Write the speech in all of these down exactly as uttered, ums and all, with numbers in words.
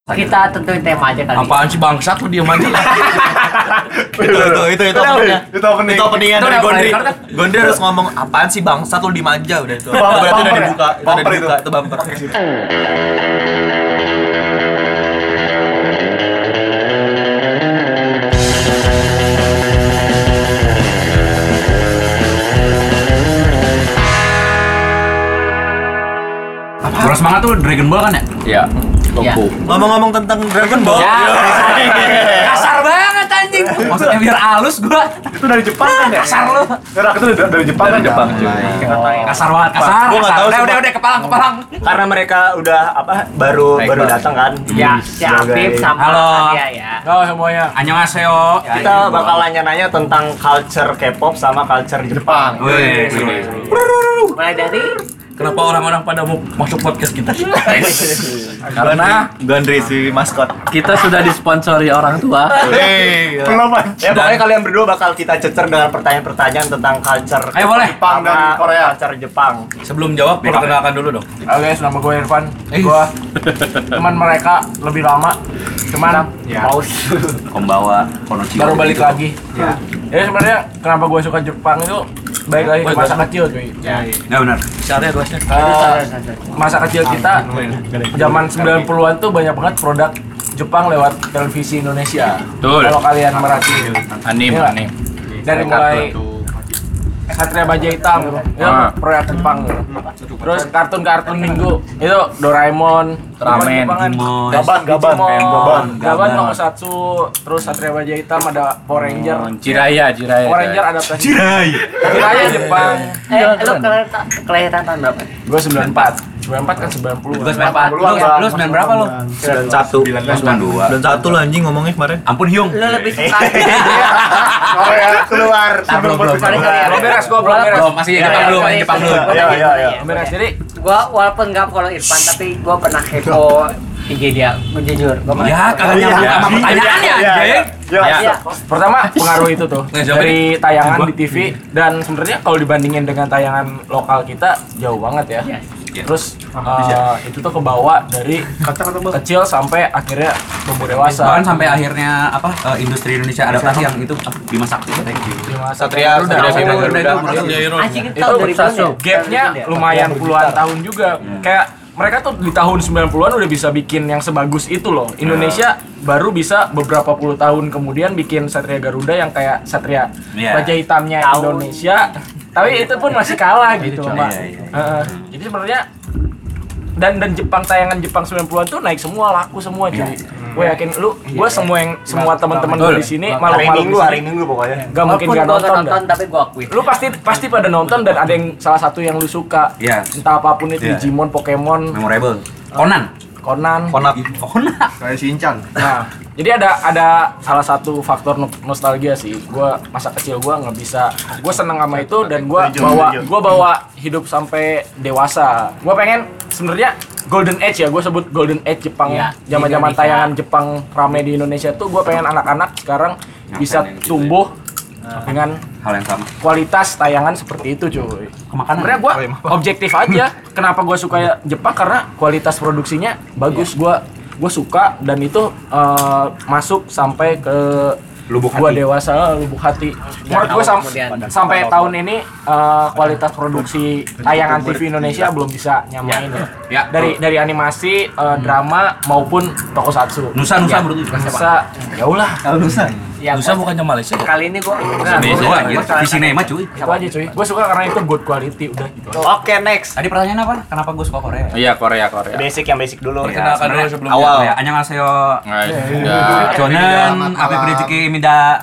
Kita tentuin tema aja kali. Apaan sih bangsat lu diam aja. itu itu itu itu openingnya. Itu opening. Itu openingnya dari Gondri. Gondri harus ngomong apaan sih bangsat lu diam aja udah itu. Berarti udah dibuka, itu udah dibuka, itu bumper. Terus semangat tuh Dragon Ball kan ya? Iya. Goku. Ngomong-ngomong tentang Dragon Ball. Ya. Kasar banget anjing. Maksudnya biar halus gua. Itu dari Jepang kan ya? Kasar lu. Gerak itu dari, dari Jepang Dari kan? Jepang. Kasar banget, kasar. Gua nggak tahu Udah, sih, udah, Pak. udah, kepalang, kepalang. Karena mereka udah apa baru Baik, baru Bang. datang kan. Ya, si Afif sama Halo. Nadia ya. Halo semuanya. Annyeonghaseyo. Kita bakal nanya-nanya tentang culture K-pop sama culture Jepang. Wih. Mulai dari Kenapa orang-orang pada mau masuk podcast kita? Karena Gondri si maskot. Kita sudah disponsori orang tua. Hei. Belum aja. Ya pokoknya kalian berdua bakal kita cecer dengan pertanyaan-pertanyaan tentang culture Ayo boleh. Jepang dan sama Korea. culture Jepang. Sebelum jawab, perkenalkan dulu dong. Halo guys, nama gue Irfan. Eh. Gue teman mereka lebih lama, cuman Ya. paus Kombawa, Konnichiwa. baru balik lagi. Ya. Jadi sebenarnya kenapa gue suka Jepang itu baik lagi ke masa kecil cuy. ya. Ya benar. Caranya gelasnya. Eh, masa kecil kita zaman sembilan puluhan tuh banyak banget produk Jepang lewat televisi Indonesia. Betul. Kalau kalian merhatiin. Anim, Iya. anim. Dari mulai Satria Baja Hitam gitu. Itu Ah. proyek Jepang gitu. Terus kartun-kartun minggu itu Doraemon, Ramen, Jepangan. Dimon. Gaban, gaban, Digimon, gaban. Gaban Tokusatsu, terus Satria Baja Hitam ada Power Ranger. Jiraya, Jiraya. Power Ranger adaptasi. Jiraya. Jiraya Jepang. Eh, lu kelahiran kelahiran tahun berapa? Gue sembilan puluh empat. sembilan puluh empat kan sembilan puluh. Gua sembilan empat. Lu, lu sembilan berapa lu? sembilan satu. sembilan dua. Dan satu lo anjing ngomongnya kemarin. Ampun Hyung. Lu lebih suka Korea keluar. Ah, belum, belum, Sorry, belum. sorry, ya. Belum beres, gua belum beres. Belum, masih Jepang dulu, main Jepang dulu. Gua Iya, tanya iya, dulu iya. ya. Beres. Jadi Gua walaupun nggak follow Irfan tapi gua pernah kepo I G dia, gua jujur. Gua pernah Ya, kepo. kagak nyambung sama pertanyaannya Iya, anjing. iya. Iya. pertama pengaruh itu tuh Nggak, jawab dari ini. tayangan Gua. di T V dan sebenarnya kalau dibandingin dengan tayangan lokal kita jauh banget ya. Iya. Terus uh, itu tuh kebawa dari kecil sampai akhirnya tumbuh dewasa. Bahkan sampai akhirnya apa eh, industri Indonesia adaptasi yang itu apa, Bima Sakti. Thank you. Di masa Satria, Garuda. Satria, Satria, Oh, Garuda. itu Anjing itu Itu tahun dari mana? gapnya lumayan puluhan tahun juga. Kayak mereka tuh di tahun sembilan puluhan udah bisa bikin yang sebagus itu loh. Indonesia baru bisa beberapa puluh tahun kemudian bikin Satria Garuda yang kayak Satria Iya. Baja Hitamnya Tahun. Indonesia. Tapi itu pun masih kalah gitu, Iya, Mbak. iya, iya. Heeh. Jadi sebenarnya dan dan Jepang tayangan Jepang sembilan puluhan tuh naik semua, laku semua cuy. Gue yakin lu, gue semua yang semua teman-teman gue di sini malu Hari malu Minggu, hari Minggu pokoknya. Gak mungkin Walaupun gak gua nonton, nggak nonton dah. tapi gua akui. Lu pasti pasti pada nonton dan ada yang salah satu yang lu suka. Iya. Entah apapun itu, Iya. Digimon, Pokemon, Memorable. Conan. Conan. Konap. Conan. Kayak Shinchan. Nah, jadi ada ada salah satu faktor no- nostalgia sih. Gua masa kecil gua nggak bisa. Gua seneng sama itu dan gua bawa gua bawa hidup sampai dewasa. Gua pengen sebenarnya Golden Age ya, gue sebut Golden Age Jepang Iya, ya. Zaman-zaman di Indonesia. tayangan Jepang rame di Indonesia tuh gue pengen anak-anak sekarang bisa yang gitu tumbuh dengan Hal yang sama. kualitas tayangan seperti itu cuy. Kemakanan. Sebenarnya gue objektif aja. Kenapa gue suka Jepang karena kualitas produksinya bagus. Gue gue suka dan itu eh, masuk sampai ke Lubuk gua hati. dewasa, lubuk hati. Menurut gue sam- Kemudian. sampai tahun ini eh, kualitas produksi tayangan T V Indonesia belum bisa nyamain ya. Ya. Dari dari animasi, eh, drama maupun tokusatsu. Nusa, Nusa Ya, menurut lu. Nusa, ya ulah. Ya, Nusa gua- bukannya Malaysia ya? kali ini gua Nah, Indonesia gua- anjir. gua- Di sinema cuy. Itu aja cuy. Gue suka karena itu good quality udah gitu. Oke, next. Tadi pertanyaan apa? Kenapa gue suka Korea? Iya, Korea, Korea. Basic yang basic dulu. Perkenalkan dulu sebelum awal. Ya, annyeonghaseyo. Nah, Jonan, apa Bridgeki Mida.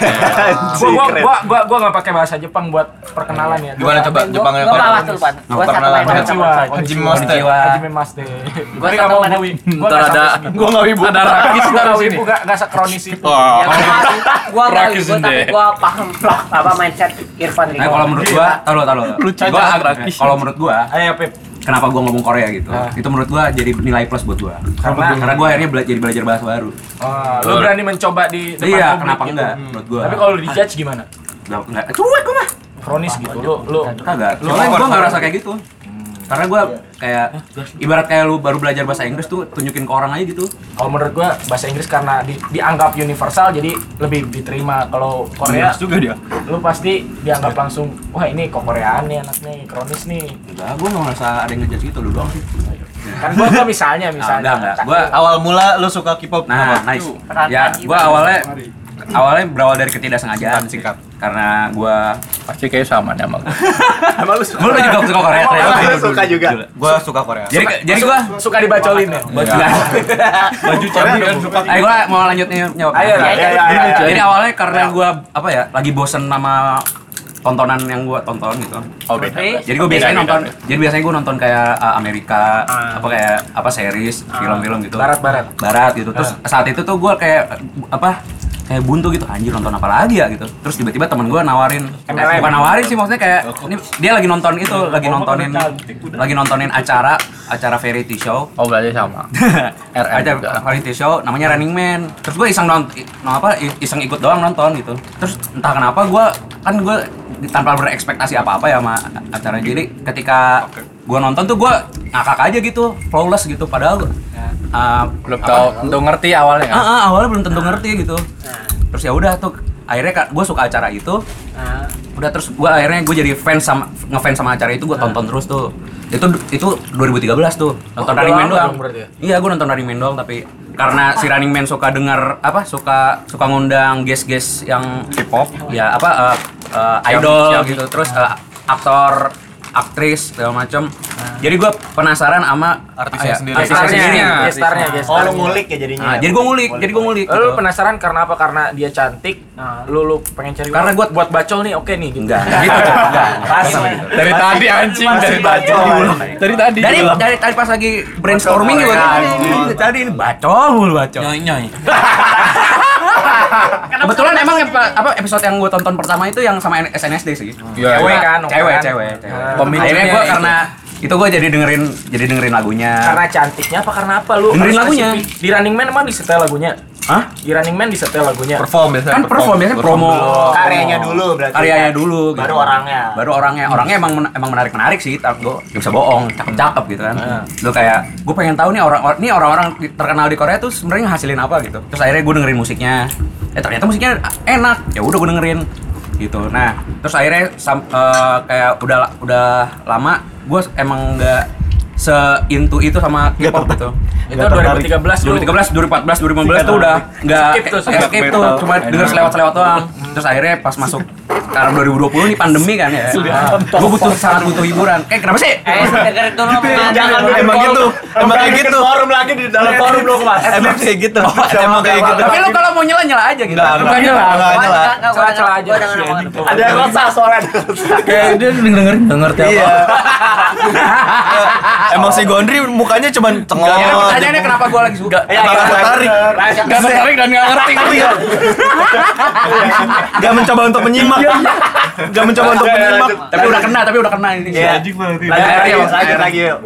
Gua gua gua gua gua nggak pakai bahasa Jepang buat perkenalan ya. Gimana coba Gua- Jepangnya? Gua kalah tuh, Pan. Gua satu pernah main lah. dengan Konnichiwa. sama- Konnichiwa. Konnichiwa. Hajime mas deh. Gua Tapi satu nggak mau mana- gue. Gua Ntar ada Gua enggak wibu. ada rakis Gua ntar nggak di sini. wibu, nggak nggak sekronis itu. Oh. Ya, gua gua nggak Rakis gua tapi deh. gua paham apa mindset Irfan Nah, kalau menurut gua, tahu tahu. Lucu Gua banget, agak- Rakis. kalau menurut gua, Ayo Pip. kenapa gua ngomong Korea gitu? Ah. Itu menurut gua jadi nilai plus buat gua. Karena- karena gua akhirnya bela- jadi belajar bahasa baru. Oh, lu berani mencoba di depan Iya, publik kenapa gitu. enggak menurut gua? Tapi kalau lu dijudge gimana? Enggak enggak cuek gua mah. Kronis gitu. Lu lu Kagak. Lu Soalnya keluar gua enggak sama- rasa kayak gitu. Karena gue kayak ibarat kayak lu baru belajar bahasa Inggris tuh tunjukin ke orang aja gitu. Kalau menurut gua bahasa Inggris karena di, dianggap universal jadi lebih diterima. Kalau Korea Bener juga dia. lu pasti dianggap langsung wah ini kok Koreaan nih anak nih, kronis nih. Enggak, gue nggak merasa ada yang ngejudge gitu lu doang sih. Kan gua, gua misalnya misalnya. enggak, enggak. Gua Awal mula lu suka K-pop Nah, kenapa? nice. Ya, gua awalnya awalnya berawal dari ketidaksengajaan sih. Singkat. Karena gua pasti kayak sama nih sama gua. Emang lu Gua juga suka Korea. Oh, Ternyata. lu suka juga. Gua suka Korea. Jadi jadi gua Suka dibacolin ya. baju Baju champion suka. Ayo gua mau lanjut nih nyawa. Ayo, ayo, ayo, ayo, ayo. Jadi awalnya karena gua apa ya, lagi bosen sama tontonan yang gua tonton gitu. Oh, beda. Jadi gua biasanya nonton, jadi biasanya gua nonton kayak uh, Amerika, apa kayak apa series, film-film gitu. Barat-barat. Barat gitu. Terus saat itu tuh gua kayak apa? Kayak buntu gitu, anjir nonton apa lagi ya gitu. Terus tiba-tiba temen gua nawarin, M L M. bukan nawarin sih maksudnya kayak ini dia lagi nonton itu, lagi nontonin lagi nontonin acara acara variety show. Oh berarti sama. R M Acara juga. variety show namanya Running Man. Terus gue iseng nonton, apa iseng ikut doang nonton gitu. Terus entah kenapa gue kan gue tanpa berekspektasi apa-apa ya sama acara. Jadi ketika gue nonton tuh gue ngakak aja gitu, flawless gitu. Padahal uh, Belum tahu, tentu ngerti awalnya Ah, kan. ah, awalnya belum tentu ngerti gitu. Terus ya udah tuh akhirnya gue suka acara itu. Udah terus gue akhirnya gue jadi fans sama ngefans sama acara itu, gue tonton terus tuh. Itu itu dua ribu tiga belas tuh nonton udah Running Man lama doang. dong berarti ya? Iya, gue nonton Running Man doang, tapi karena si Running Man suka denger apa suka suka ngundang guest-guest yang K-pop, ya apa uh, uh, idol gitu, terus uh, aktor, aktris segala macam. Jadi gue penasaran sama Artisnya ya, sendiri. artisnya Gestarnya, sendiri. gestarnya, Oh, lu gestarnya. ngulik ya jadinya. Nah, jadi gue ngulik, jadi gue ngulik. Lu gitu. penasaran karena apa? Karena dia cantik. Nah, lu lu pengen cari Karena wah, gua- buat bacol nih, oke nih gitu. Enggak, gitu. Enggak. Pasti. Dari tadi anjing, dari tadi. Dari tadi. Dari dari tadi pas lagi brainstorming juga tadi ini tadi ini bacol mulu bacol. Nyoy nyoy. Kebetulan emang epa- apa episode yang gue tonton pertama itu yang sama S N S D sih. Iya, Cewek iya. kan, Cewek, kan? cewek, cewek. Ah. Akhirnya gue Pemicunya karena itu gue jadi dengerin jadi dengerin lagunya. Karena cantiknya apa karena apa lu? Dengerin harus lagunya. spesifik. Di Running Man emang disetel lagunya. Hah? Di Running Man disetel lagunya. Perform biasanya. Kan perform biasanya promo Karyanya dulu berarti. karyanya kan? dulu gitu. Baru orangnya. Baru orangnya. Orangnya emang men- emang menarik-menarik sih, tapi gue gak bisa bohong, cakep-cakep gitu kan. Lu kayak gue pengen tahu nih orang or- nih orang-orang di- terkenal di Korea tuh sebenarnya hasilin apa gitu. Terus akhirnya gue dengerin musiknya. Eh ternyata musiknya enak. Ya udah gue dengerin gitu. Nah, terus akhirnya sam- eh, kayak udah udah lama gue emang nggak se-into itu sama K-pop gitu. Itu dua ribu tiga belas dua ribu tiga belas, dua ribu empat belas, dua ribu lima belas tuh udah nggak Skip tuh, eh, skip tuh, cuma denger selewat-selewat doang. Terus akhirnya pas masuk sekarang dua ribu dua puluh nih pandemi kan ya. Gue butuh sangat butuh hiburan. Kayak kenapa sih? Eh, dengerin dulu omongan. Jangan lu di Emang forum. gitu. Emang kayak Di gitu. Forum lagi di dalam forum lu Mas. Emang kayak gitu. Emang kayak gitu. Tapi lu kalau mau nyela nyela aja gitu. Enggak, enggak, nyela. enggak, enggak, nyela. Celah-celah aja. Gua denger omongan. Ada yang resah soalnya. ada yang resah. Kayak dia dengerin enggak ngerti apa. Iya. Emang si Gondri mukanya cuman cengok. Ya kan pertanyaannya kenapa gue lagi suka? Iya, Gak iya. tertarik. Gak tertarik dan gak ngerti ngerti ya. Gak mencoba untuk menyimak. Gak mencoba untuk menyimak. Tapi udah kena, tapi udah kena ini. Iya. Anjing banget. Lanjut lagi, Akhirnya, lanjut akhirnya. lagi yuk.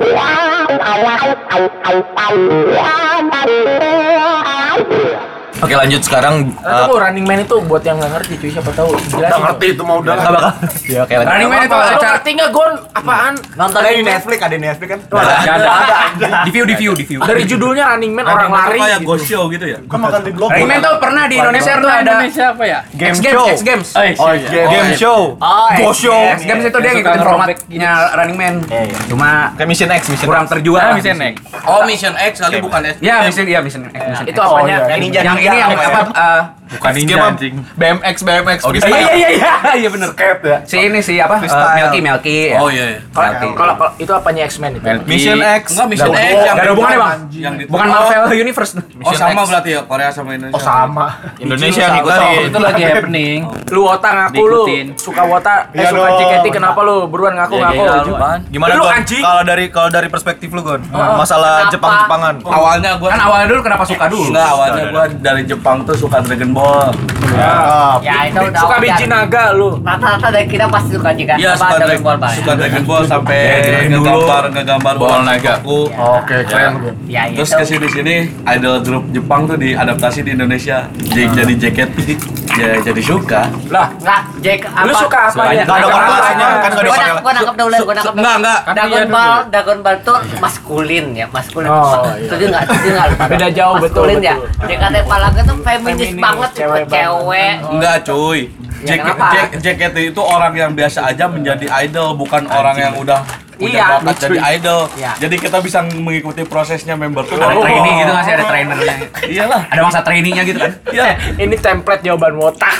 Oke lanjut sekarang. Nah, tunggu Running Man itu buat yang nggak ngerti cuy, siapa tahu jelasin. Nggak ngerti itu mau udah. Gak bakal. Ya kayak lagi. Running Man itu Lu acara ngerti nggak Gon? Apaan? Nonton di Netflix, ada di Netflix kan? Gak ada. Di view, di view, di view. Dari judulnya Running Man orang lari. kayak gitu. ghost show gitu ya. Kan makan di blog. Running Man tuh pernah di Indonesia tuh ada Indonesia apa ya? Game X Games, show. X Games. Oh, iya. Game show. Oh, Go X show. X Games itu dia Yang ngikutin suka formatnya Running Man. Iya, iya. Cuma Kayak Mission X, Mission kurang X. terjual. Ah, lah. bisa naik. Oh, Mission X kali bukan S. Ya, mission, iya mission, X, mission. Itu X. apanya? Yang ninja Yang ini yang apa? eh, Bukan Game ninja apa? anjing. B M X, B M X. Oh, iya iya iya iya, iya bener. ya. Si ini si apa? Eh, Freestyle. Melky Melky. ya. Oh iya. iya. Kalau Melky. kalau kalau itu apanya X-Men itu? Melky. Mission X. Enggak Mission Nggak X ada- yang nggak ada hubungannya, Bang. Yang di Bukan Marvel Universe. Oh sama berarti ya Korea sama Indonesia. Oh sama. Indonesia Itu ngikutin. itu lagi happening. Lu Wota ngaku lu Diikutin. suka Wota, eh Iya suka dong. J K T kenapa lu? Buruan ngaku Ya, ngaku. kayak lu, apaan? Gimana Lu Gon? anjing. Kalau dari kalau dari perspektif lu Gon, masalah Kenapa? Jepang-Jepangan. Awalnya gua Kan awalnya dulu kenapa suka dulu? Enggak, awalnya gua dari Jepang tuh suka Dragon Ball. Ya itu udah Suka wajar. biji naga lu. Rata-rata dari kita pasti suka jika Iya, suka Dragon Dragon Ball Pak. Suka Dragon Ball sampai dari dulu. ngegambar ngegambar Ball naga. Goku. Oke, keren. Ya Terus itu. kesini sini idol grup Jepang tuh diadaptasi di Indonesia jadi jadi J K T. ya jadi suka. Lah, Enggak, Jack apa? lu suka apa Sukanya. ya? Enggak ada korelasinya kan enggak ada Gua nak- korelasi. gua nangkep dulu, gua nangkep dulu. Enggak, enggak. Dragon Ball, Dragon Ball tuh maskulin ya, maskulin. Oh, iya. Setuju nggak? Setuju nggak? Beda jauh, betul, Maskulin ya. betul. J K T Palangga tuh feminis Feminis, banget, cewek cewek. cewek. Enggak, cuy. Ya, J- kenapa? J- J K T itu orang yang biasa aja menjadi idol, bukan orang yang udah punya Iya, bakat jadi idol. Iya. Jadi kita bisa mengikuti prosesnya member tuh Ada dari training gitu nggak sih, ada trainernya. Iyalah. Ada masa trainingnya gitu kan. Iya. Ini template jawaban wotak.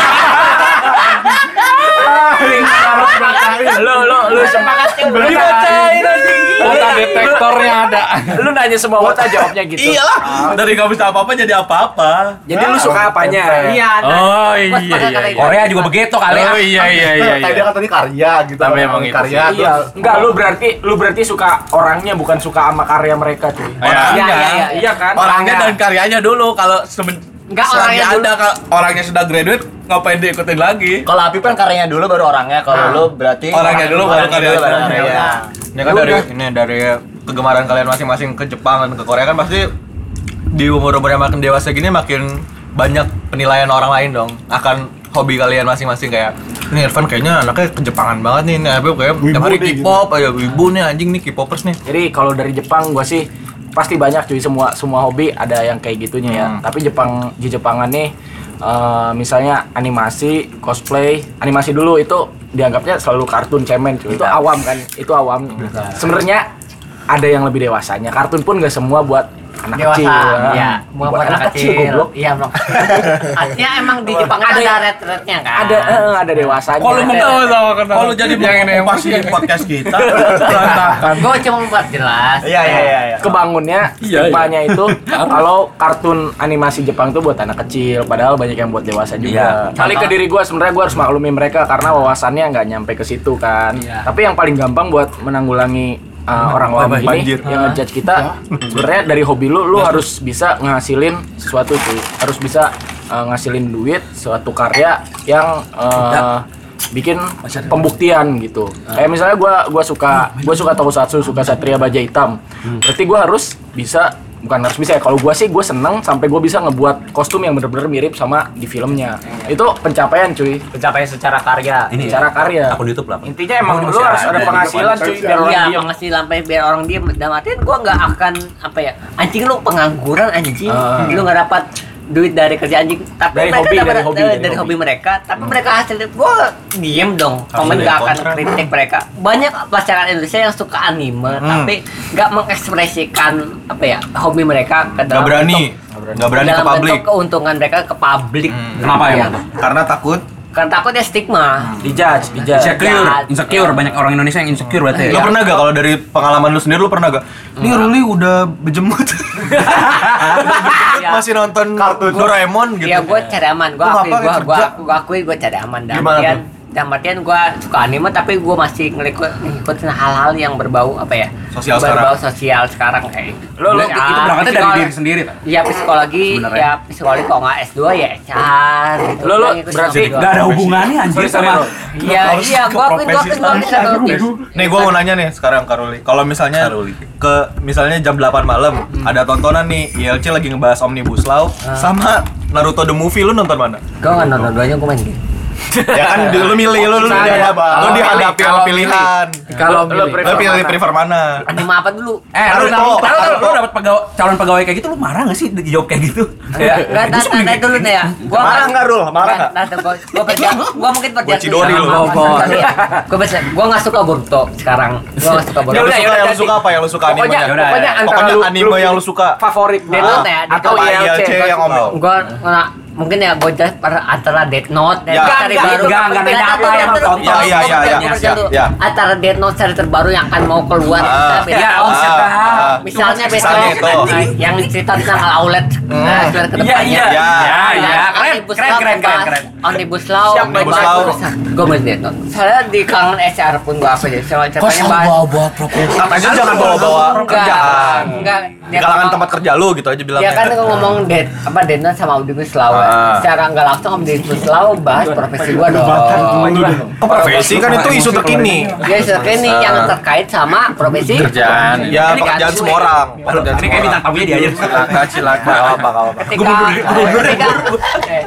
Lu lu lu semangat Dibacain Data detektornya ada. Lu nanya semua wotak jawabnya gitu. Iyalah. Dari nggak bisa apa-apa jadi apa-apa. Jadi lu suka apanya? Iya. Oh, Gua iya, sepakat iya, kata iya. itu. Korea juga begitu kali ya. Oh iya iya iya. Tadi iya. dia kan tadi karya gitu. Tapi emang itu karya. Iya, enggak lu berarti lu berarti suka orangnya bukan suka sama karya mereka, cuy. Ya. Iya, iya, iya. Iya kan? Orangnya dan karyanya dulu. Kalau semen Enggak, selagi orangnya dulu. ada kalau orangnya sudah graduate ngapain diikutin lagi? Kalau Apip kan karyanya dulu baru orangnya. Kalau lu berarti Orangnya dulu baru orangnya dulu karyanya. karya. Iya. Ya kan dari ini dari kegemaran kalian masing-masing ke Jepang dan ke Korea kan pasti di umur-umur yang makin dewasa gini makin banyak penilaian orang lain dong akan hobi kalian masing-masing. Kayak ini Irfan kayaknya anaknya kejepangan banget nih, ini Apip kayak tiap hari K-pop, ayo wibu nih anjing nih K-popers nih. Jadi kalau dari Jepang gua sih pasti banyak cuy, semua semua hobi ada yang kayak gitunya ya. Hmm. Tapi Jepang di Jepangan nih eh, misalnya animasi, cosplay, animasi dulu itu dianggapnya selalu kartun cemen cuy. Itu awam kan, itu awam. Sebenarnya ada yang lebih dewasanya. Kartun pun gak semua buat anak Dewasa, kecil. iya. Buat, anak, kecil, goblok. Iya, Bro. Artinya emang di Jepang Ada ada yang- red-rednya kan? Ada eh, ada dewasanya. Kalau Ada- mau sama kenal. kalau jadi Yang ini yang pasti emosi. podcast kita berantakan. Gue cuma buat jelas. Iya iya iya iya. kebangunnya Iya, stigmanya itu kalau kartun animasi Jepang itu buat anak kecil, padahal banyak yang buat dewasa juga. Iya. Kali ke diri gue sebenarnya gue harus maklumi mereka karena wawasannya nggak nyampe ke situ kan. Iya. Tapi yang paling gampang buat menanggulangi uh, orang lain ini banjir. yang ngejudge kita, sebenarnya dari hobi lu lu harus bisa ngasilin sesuatu tuh, harus bisa uh, ngasilin duit, suatu karya yang uh, bikin pembuktian gitu. Kayak misalnya gua gua suka gua suka Tokusatsu, suka Satria Baja Hitam. Berarti gua harus bisa, bukan harus bisa ya, kalau gua sih gua seneng sampai gua bisa ngebuat kostum yang bener-bener mirip sama di filmnya. Itu pencapaian cuy, Pencapaian secara karya. Ini secara karya. akun YouTube lah. Intinya emang lu harus ada penghasilan cuy biar orang Iya, diem. ngasih lampai biar orang diem. Dalam artian gue nggak akan apa ya, anjing lu pengangguran anjing, Ah. lu nggak dapat duit dari kerja anjing, tapi Dari mereka hobi, dapat dari hobi, dari, dari dari hobi mereka, tapi mereka hasilnya gue diem dong, komen dari nggak akan kontrak. kritik mereka. Banyak masyarakat Indonesia yang suka anime, tapi nggak mengekspresikan apa ya hobi mereka ke Gak dalam berani, bentuk- gak berani ke dalam publik. bentuk keuntungan mereka ke publik. Kenapa Iya. emang tuh? Karena takut. Karena takutnya stigma. Dijudge, dijudge. Insecure, insecure, banyak orang Indonesia yang insecure berarti. Lu ya? pernah gak kalau dari pengalaman lu sendiri lu pernah gak? Nih Ruli udah bejemut. Iya. Masih nonton kartun Doraemon gitu. Iya, gue cari aman. Gue Lu akui, ngapa gue kerja? gua, gua akui gue cari aman. Dalam Gimana artian, tuh? dalam artian gue suka anime, tapi gue masih ngelikut ngikutin hal-hal yang berbau apa ya? Sosial berbau sekarang. sosial sekarang kayak. Lu- lu- Ya, Itu berangkatnya dari psikolo- diri sendiri kan? Iya, psikologi, Sebenarnya. ya psikologi kalau nggak S dua ya H R gitu. Lu- lu Gua ngikutin berarti S dua. Gak ada hubungannya anjir Sorry, sorry, sama Bro. Iya, iya, gue akui, gue akui, gue bisa nulis. Nih gua mau nanya nih sekarang Kak Ruli. Kalau misalnya ke misalnya jam delapan malam ada tontonan nih I L C lagi ngebahas Omnibus Law sama Naruto the Movie, lu nonton mana? Gue nggak nonton duanya, gue main game. Ya kan di- lu milih lu lu, Saya, lu, kalau lu dihadapi milih, sama kalau pilihan. Kalau lu, lu lu prefer pilih mana? prefer mana? Anime apa dulu? Eh, lu Naruto. Naruto, lu dapat pegawai, calon pegawai kayak gitu, lu marah gak sih dijawab kayak gitu? Ya, nggak, tar, tar, tar dulu nih ya. Gua Marah nggak, Rul? Marah nggak? Nah, gua, gua kerja, gua mungkin kerja. Gua Chidori lu. Gua baca, gua nggak suka Boruto sekarang. Gua nggak suka Yang Boruto. lu udah, suka, ya udah, yang lu jadi. suka apa? Yang lu suka Pokoknya, animenya? Yaudah, pokoknya ya. antara Pokoknya lu, anime lu yang lu suka. favorit Death Note ya, atau Apa I I L C L C yang omong? Gua nggak mungkin ya gua jelas pada antara Death Note dan Ya. seri Enggak, baru. enggak, enggak, Tapi beda ada apa tuh yang lu terus- tonton. Ya, ya, ya, ya, Gua ya, dulu. ya. Antara Death Note seri terbaru yang akan mau keluar. Ah, kita beda. ya, Oh, ah, siapa? ah. Misalnya besok Misalnya itu. nah, yang cerita tentang Aulet nah, setelah ke Iya, depannya. iya. Ya. Ya, iya. Keren, Omnibus keren, Law keren, keren, bebas. keren. Omnibus Law, Siap, Omnibus bebas. Law. Gue mau Death Note. Soalnya di kalangan S R pun gue apa aja. Soalnya ceritanya bahas. Katanya jangan bawa-bawa kerjaan. Enggak. Di kalangan tempat kerja lu gitu aja bilangnya. Ya kan gua ngomong Death apa Death Note sama Omnibus Law. Ah. Secara nggak langsung Omnibus Law bahas profesi gua dong. Oh, profesi kan itu isu terkini. Ya ini yang terkait sama profesi Kerjaan. Ya Ini kan- pekerjaan semua orang. Ini kayak bintang tamunya dia aja. Silakan, silakan. Gak apa-apa, gak apa-apa. ketika ketika eh,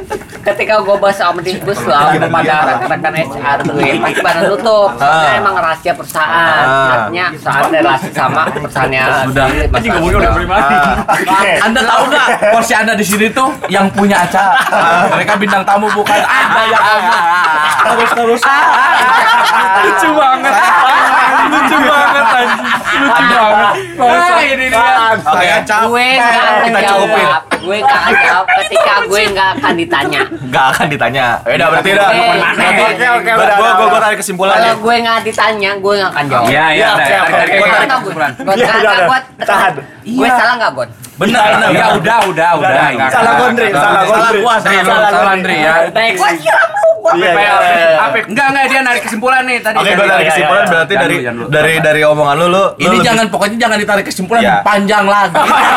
ketika gue bahas omnibus law kepada rekan-rekan H R tuh ya, pasti pada nutup. Soalnya emang rahasia perusahaan. Artinya soal relasi sama perusahaannya. Sudah. Anjing ngomongnya udah beri mati. Anda tahu nggak porsi Anda di sini tuh yang punya acara. Mereka bintang tamu bukan Anda yang ngomong. Terus terus. Lucu banget. Lucu banget anjing. Lucu banget. Wah, ini dia. Oke, Gue nggak akan kita cukupin. jawab. Gue nggak akan jawab ketika gue nggak akan ditanya. Gak akan ditanya. Ya udah berarti udah. Oke. Oke oke udah. Gua gua gua tarik kesimpulannya. Kalau gue nggak ditanya, gue nggak akan jawab. Iya, iya, udah. siap, Tarik, tarik, oke. tarik, Salah tarik nggak gue? kesimpulan. Gue Iya, udah, udah. gue Tahan. gue salah nggak Bon? Benar, benar. Ya udah, udah, udah. nggak, Salah nggak, Gondri, nggak, salah nggak. Gondri. gua, Andri, lu. Salah Salah Gondri. Andri ya. Baik, gue kira lu. Iya, iya, iya. Apip, enggak, enggak, dia narik kesimpulan nih tadi. Oke, gua Dari- tarik iya, kesimpulan iya. berarti Jangan dari dulu, jangan dulu. dari dari omongan lu lu Ini lu lebih- jangan, pokoknya jangan ditarik kesimpulan Iya. panjang lagi.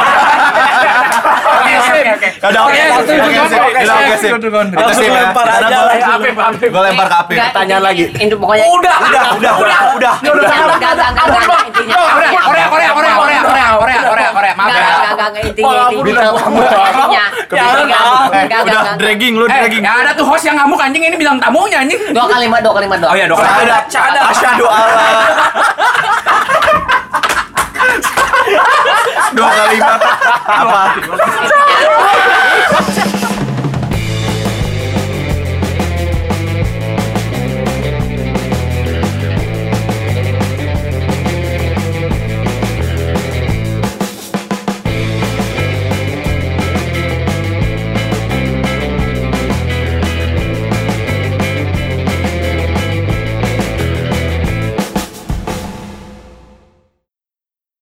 Oke, oke, oke. Ada oke. Oke, Oke, setuju, oke, Gondri. sip. Udah, oke, sip. Setuju, Gondri. Itu sip ya. lempar aja Karena lah, gua- Apip, Apip. Gua lempar ke Apip. Nggak, Pertanyaan lagi. Itu pokoknya Udah, Udah, udah, udah, udah. Enggak, enggak, enggak, enggak, enggak, intinya. Korea, Korea, Korea, Korea, Korea, Korea, Korea, Korea, Korea, maaf Enggak, ya. enggak, enggak, enggak, intinya, Wah, intinya. udah, Intinya. Enggak, enggak, Eh, enggak, udah enggak. dragging lu Eh, dragging. yang ada tuh host yang ngamuk anjing, ini bilang tamunya anjing. Dua kalimat, dua kalimat, dua. Oh iya, dok. Ada ada asyhadu alla. Dua kalimat apa?